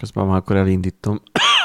Közben már akkor elindítom.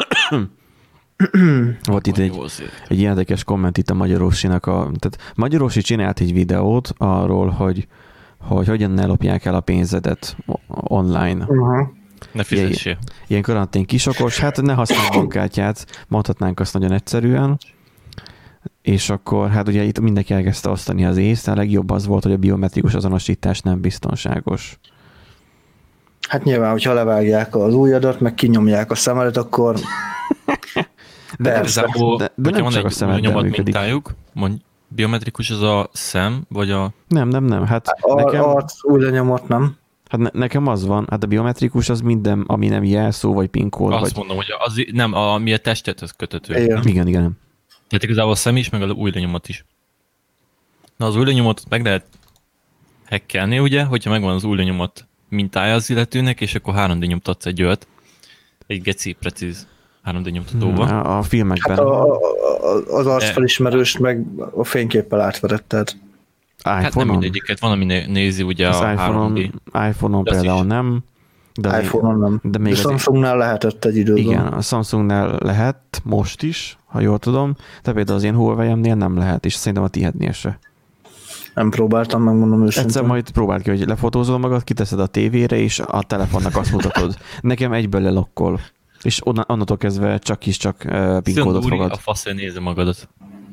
Volt itt egy érdekes komment itt a Magyarósinak. Tehát Magyarósi csinált egy videót arról, hogy hogyan ne lopják el a pénzedet online. Uh-huh. Ne fizessél. Ilyen karantén kisokos, hát ne használj bankkártyát, mondhatnánk azt nagyon egyszerűen. És akkor, hát ugye itt mindenki elkezdte osztani az észt, a legjobb az volt, hogy a biometrikus azonosítás nem biztonságos. Hát nyilván, hogyha levágják az ujjadat, meg kinyomják a szemedet, akkor de nem csak a szemeddel működik. Mintájuk, biometrikus az a szem, vagy a... Nem. Hát nekem... Arc, ujjanyomot, nem? Hát nekem az van, hát a biometrikus az minden, ami nem jelszó, vagy PIN kód. Azt vagy... mondom, hogy az, nem, ami a testethez köthető. Igen. Tehát igazából a szem is, meg az ujjanyomot is. Na az ujjanyomot meg lehet hackelni, ugye, hogyha megvan az ujjanyomot mintája az illetőnek, és akkor 3D nyomtatsz egy olyat, egy geci precíz 3D nyomtatóba. A filmekben. Hát az arcfelismerőst meg a fényképpel átveretted. Hát nem mindegyiket, van, ami nézi ugye az a 3D. iPhone-on például nem. De iPhone-on nem. De még Samsungnál lehetett egy időben. Igen, a Samsungnál lehet most is, ha jól tudom, de például az én Huawei-emnél nem lehet, és szerintem a tiédnél se. Nem próbáltam, megmondom őszintén. Egyszer majd próbáld ki, hogy lefotózol magad, kiteszed a tévére, és a telefonnak azt mutatod. Nekem egyből lelokkol. És onnantól kezdve csak PIN kódot fogad. A faszén nézze magadat.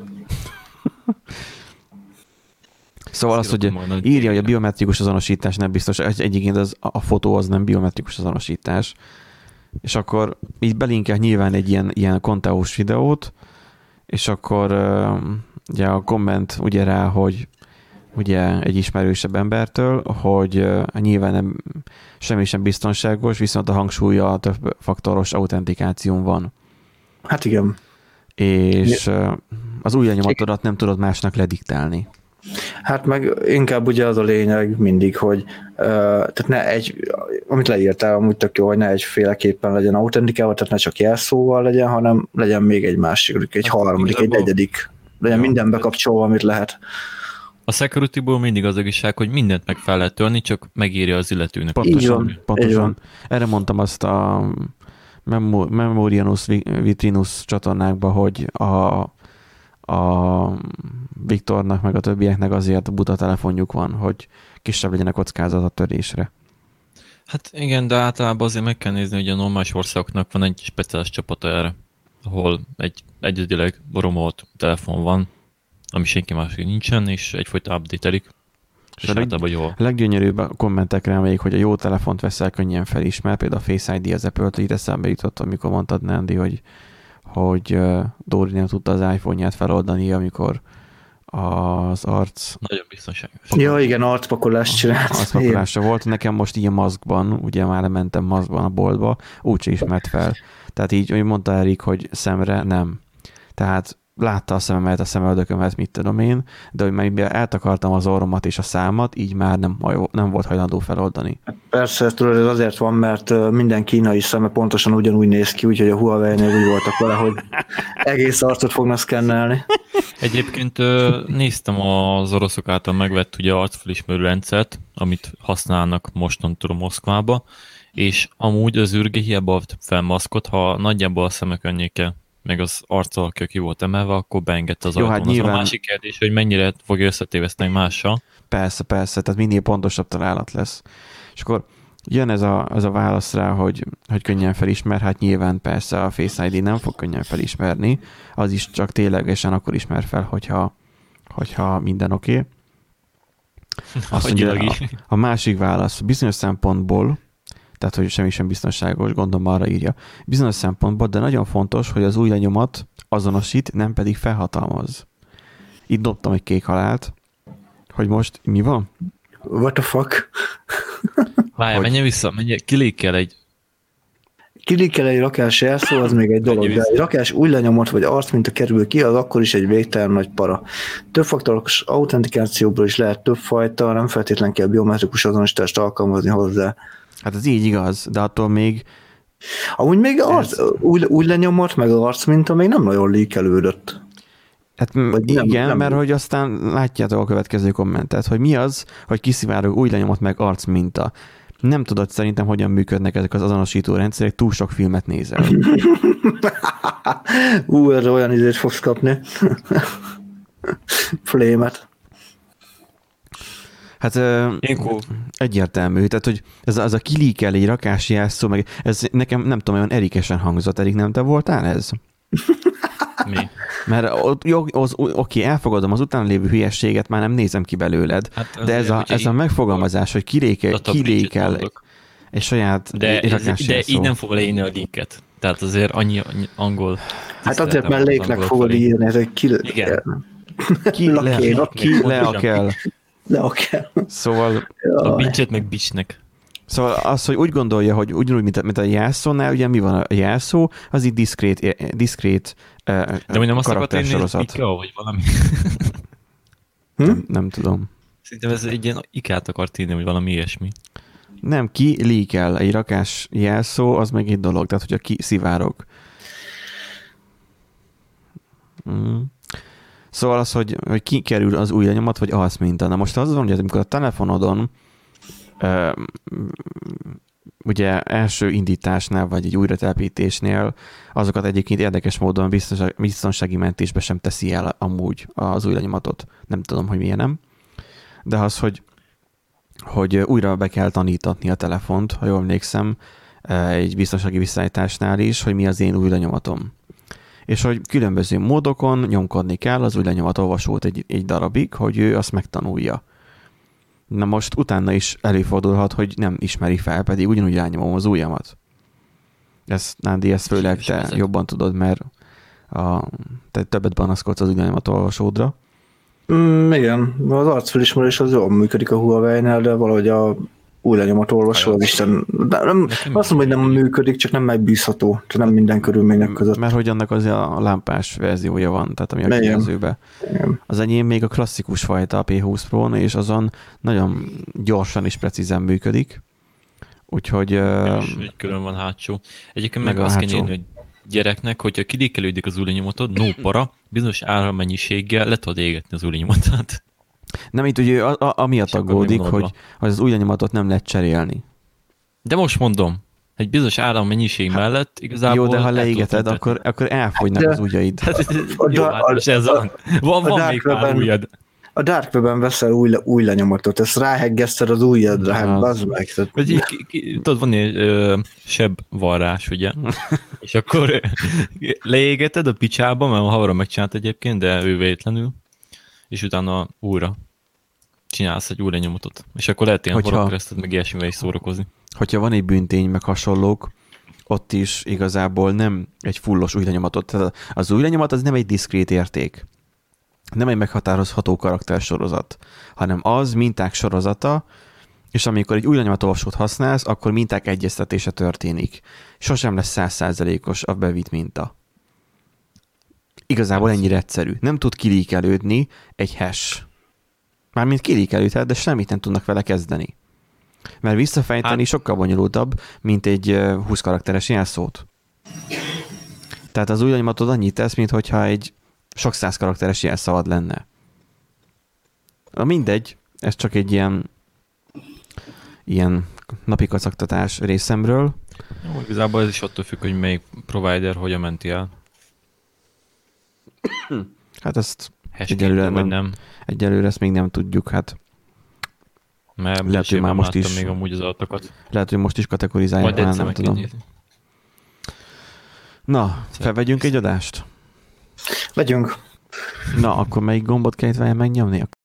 Szóval azt, hogy írja, hogy a biometrikus azonosítás nem biztos. Egyébként a fotó az nem biometrikus azonosítás. És akkor így belinkel nyilván egy ilyen konteós videót, és akkor ugye a komment ugye rá, hogy ugye egy ismerősebb embertől, hogy nyilván nem, semmi sem biztonságos, viszont a hangsúlya a több faktoros autentikáción van. Hát igen. És az ujjanyomatodat nem tudod másnak lediktálni. Hát meg inkább ugye az a lényeg mindig, hogy tehát ne amit leírtál, amúgy tök jó, hogy ne egyféleképpen legyen autentikálva, tehát ne csak jelszóval legyen, hanem legyen még egy másik, egy harmadik, egy negyedik. Legyen minden bekapcsolva, amit lehet. A security-ból mindig az igazság, hogy mindent meg fel lehet törni, csak megírja az illetőnek. Pontosan. Erre mondtam azt a Memorianus Vitrinus csatornákba, hogy a Viktornak meg a többieknek azért buta telefonjuk van, hogy kisebb legyen a kockázat a törésre. Hát igen, de általában azért meg kell nézni, hogy a normális országoknak van egy speciális csapata erre, ahol egy egyedileg romolt telefon van, ami senki másik nincsen, és egyfajta update-elik. És általában jól. A leggyönyörűbb a kommentekre emeljük, hogy a jó telefont veszel, könnyen felismer, például a Face ID az Apple-től, így eszembe jutott, amikor mondtad, Nandi, hogy Dóri nem tudta az iPhone-ját feloldani, amikor az arc... Nagyon biztonságos. Ja, igen, arcpakolást csinált. Arcpakolásra volt. Nekem most ilyen maszkban, ugye már mentem maszkban a boltba, úgyse ismert fel. Tehát így, hogy mondta Erik, hogy szemre nem. Tehát látta a szememet, a szemöldökömet, mit tudom én, de hogy már eltakartam az orromat és a számat, így már nem volt hajlandó feloldani. Persze, tudod, ez azért van, mert minden kínai szeme pontosan ugyanúgy néz ki, úgyhogy a Huawei-nél úgy voltak vele, hogy egész arcot fognak szkennelni. Egyébként néztem az oroszok által megvett ugye arcfelismerő rendszert, amit használnak mostantól Moszkvába, és amúgy az űrge hiába fel maszkot, ha nagyjából a szeme környéke meg az arcalakja ki volt emelve, akkor beengedte az ajtón. Hát nyilván... Az a másik kérdés, hogy mennyire fogja összetéveszteni mással. Persze, tehát minél pontosabb találat lesz. És akkor jön ez a válasz rá, hogy könnyen felismer, hát nyilván persze a Face ID nem fog könnyen felismerni, az is csak ténylegesen akkor ismer fel, hogyha minden oké. Azt mondja, a másik válasz bizonyos szempontból, tehát hogy semmi sem biztonságos, gondolom arra írja. Bizonyos szempontból, de nagyon fontos, hogy az ujjlenyomat azonosít, nem pedig felhatalmaz. Itt dobtam egy kék halált, hogy most mi van? What the fuck? Várjál, menjen vissza, kilékkel egy rakás jelszó, az még egy dolog, de egy rakás ujjlenyomot vagy arcminta kerül ki, az akkor is egy végtelen nagy para. Többfaktoros autentikációból is lehet többfajta, nem feltétlen kell biometrikus azonosítást alkalmazni hozzá. Hát ez így igaz, de attól még... Amúgy még úgy lenyomott, meg az arcminta még nem nagyon líkelődött. Hát igen, nem. Mert hogy aztán látjátok a következő kommentet, hogy mi az, hogy kiszivárog új lenyomott meg arcminta. Nem tudod szerintem, hogyan működnek ezek az azonosító rendszerek, túl sok filmet nézel. Erre olyan izét fogsz kapni. Flémet. Hát egyértelmű, tehát hogy ez a kilíkel egy rakásjelszó, meg ez nekem nem tudom, olyan erikesen hangzott. Erik, nem te voltál ez? Mi? Mert oké, elfogadom, az utána lévő hülyességet már nem nézem ki belőled, hát de ez a megfogalmazás, hogy kilékel egy saját de így nem fogod írni a líket. Tehát azért annyi angol... Hát azért, mert léknek fogod írni, ez egy kell. Szóval... A bincset meg bicsnek. Szóval az, hogy úgy gondolja, hogy ugyanúgy, mint a jelszónál, ugye mi van a jelszó, az így diszkrét de hogy nem azt akart írni, hogy IKEA, vagy valami? Nem tudom. Szerintem ez egy ilyen IKEA-t akart írni, vagy valami ilyesmi. Nem, ki líkel. Egy rakás jelszó, az meg egy dolog. Tehát, hogyha ki szivárog. Szóval az, hogy ki kerül az új lenyomat, vagy az minta. Na most az van, hogy amikor a telefonodon ugye első indításnál, vagy egy újratelepítésnél azokat egyébként érdekes módon biztonsági mentésbe sem teszi el amúgy az új lenyomatot. Nem tudom, hogy milyen nem. De az, hogy újra be kell tanítatni a telefont, ha jól emlékszem, egy biztonsági visszaállításnál is, hogy mi az én új lenyomatom. És hogy különböző módokon nyomkodni kell az új lenyomatolvasót egy darabig, hogy ő azt megtanulja. Na most utána is előfordulhat, hogy nem ismeri fel, pedig ugyanúgy rányomom az ujjamat. Nándi, ezt főleg te jobban tudod, mert te többet panaszkodsz az új lenyomatolvasódra. Igen, az arcfelismerés az jól működik a Huawei-nál, de valahogy a új lenyomatolvasó az Isten. Azt mondom, hogy nem működik, csak nem megbízható. Tehát nem minden körülmények között. Mert hogy annak az a lámpás verziója van, tehát ami a kijelzőbe. Az enyém még a klasszikus fajta, a P20 Pro, és azon nagyon gyorsan és precízen működik. Úgyhogy... egy külön van hátsó. Egyébként meg azt kell írni, hogy gyereknek, hogyha kilékelődik az új lenyomatod, no para, bizonyos árammennyiséggel le tudod égetni az új lenyomatát. Nem, itt ugye amiatt aggódik, hogy az új lenyomatot nem lehet cserélni. De most mondom, egy bizonyos árammennyiség mellett igazából... Jó, de ha leégeted, akkor elfogynak az ujjaid. Van még pár ujjad. A Dark Web-en veszel új lenyomatot, ezt ráheggeszted az ujjadra, hát bazd meg. Tudod, van egy seb varrás, ugye? És akkor leégeted a picsába, mert a havarom megcsinált egyébként, de ő véletlenül, és utána újra csinálsz egy új lenyomatot. És akkor lehet ilyen horrorkeresztet, meg ilyesmivel is szórakozni. Hogyha van egy büntény, meg hasonlók, ott is igazából nem egy fullos új lenyomatot. Tehát az új lenyomat az nem egy diszkrét érték. Nem egy meghatározható karaktersorozat, hanem az minták sorozata, és amikor egy új lenyomatolvasót használsz, akkor minták egyeztetése történik. Sosem lesz 100%-os a bevitt minta. Igazából ennyire egyszerű. Nem tud kilíkelődni egy hash. Mármint kilíkelődhet, de semmit nem tudnak vele kezdeni. Mert visszafejteni sokkal bonyolultabb, mint egy 20 karakteres jelszót. Tehát az új lenyomatod annyit tesz, mintha egy sok száz karakteres jelszavad lenne. Mindegy, ez csak egy ilyen napi kacagtatás részemről. Jó, igazából ez is attól függ, hogy melyik provider hogyan menti el. Hát ezt egyelőre ezt még nem tudjuk, hát mert lehet, hogy már most is még amúgy az adatokat. Lehet, hogy most is kategorizálják, már nem tudom. Na, felvegyünk egy adást? Vegyünk. Na, akkor melyik gombot kell itt megnyomni?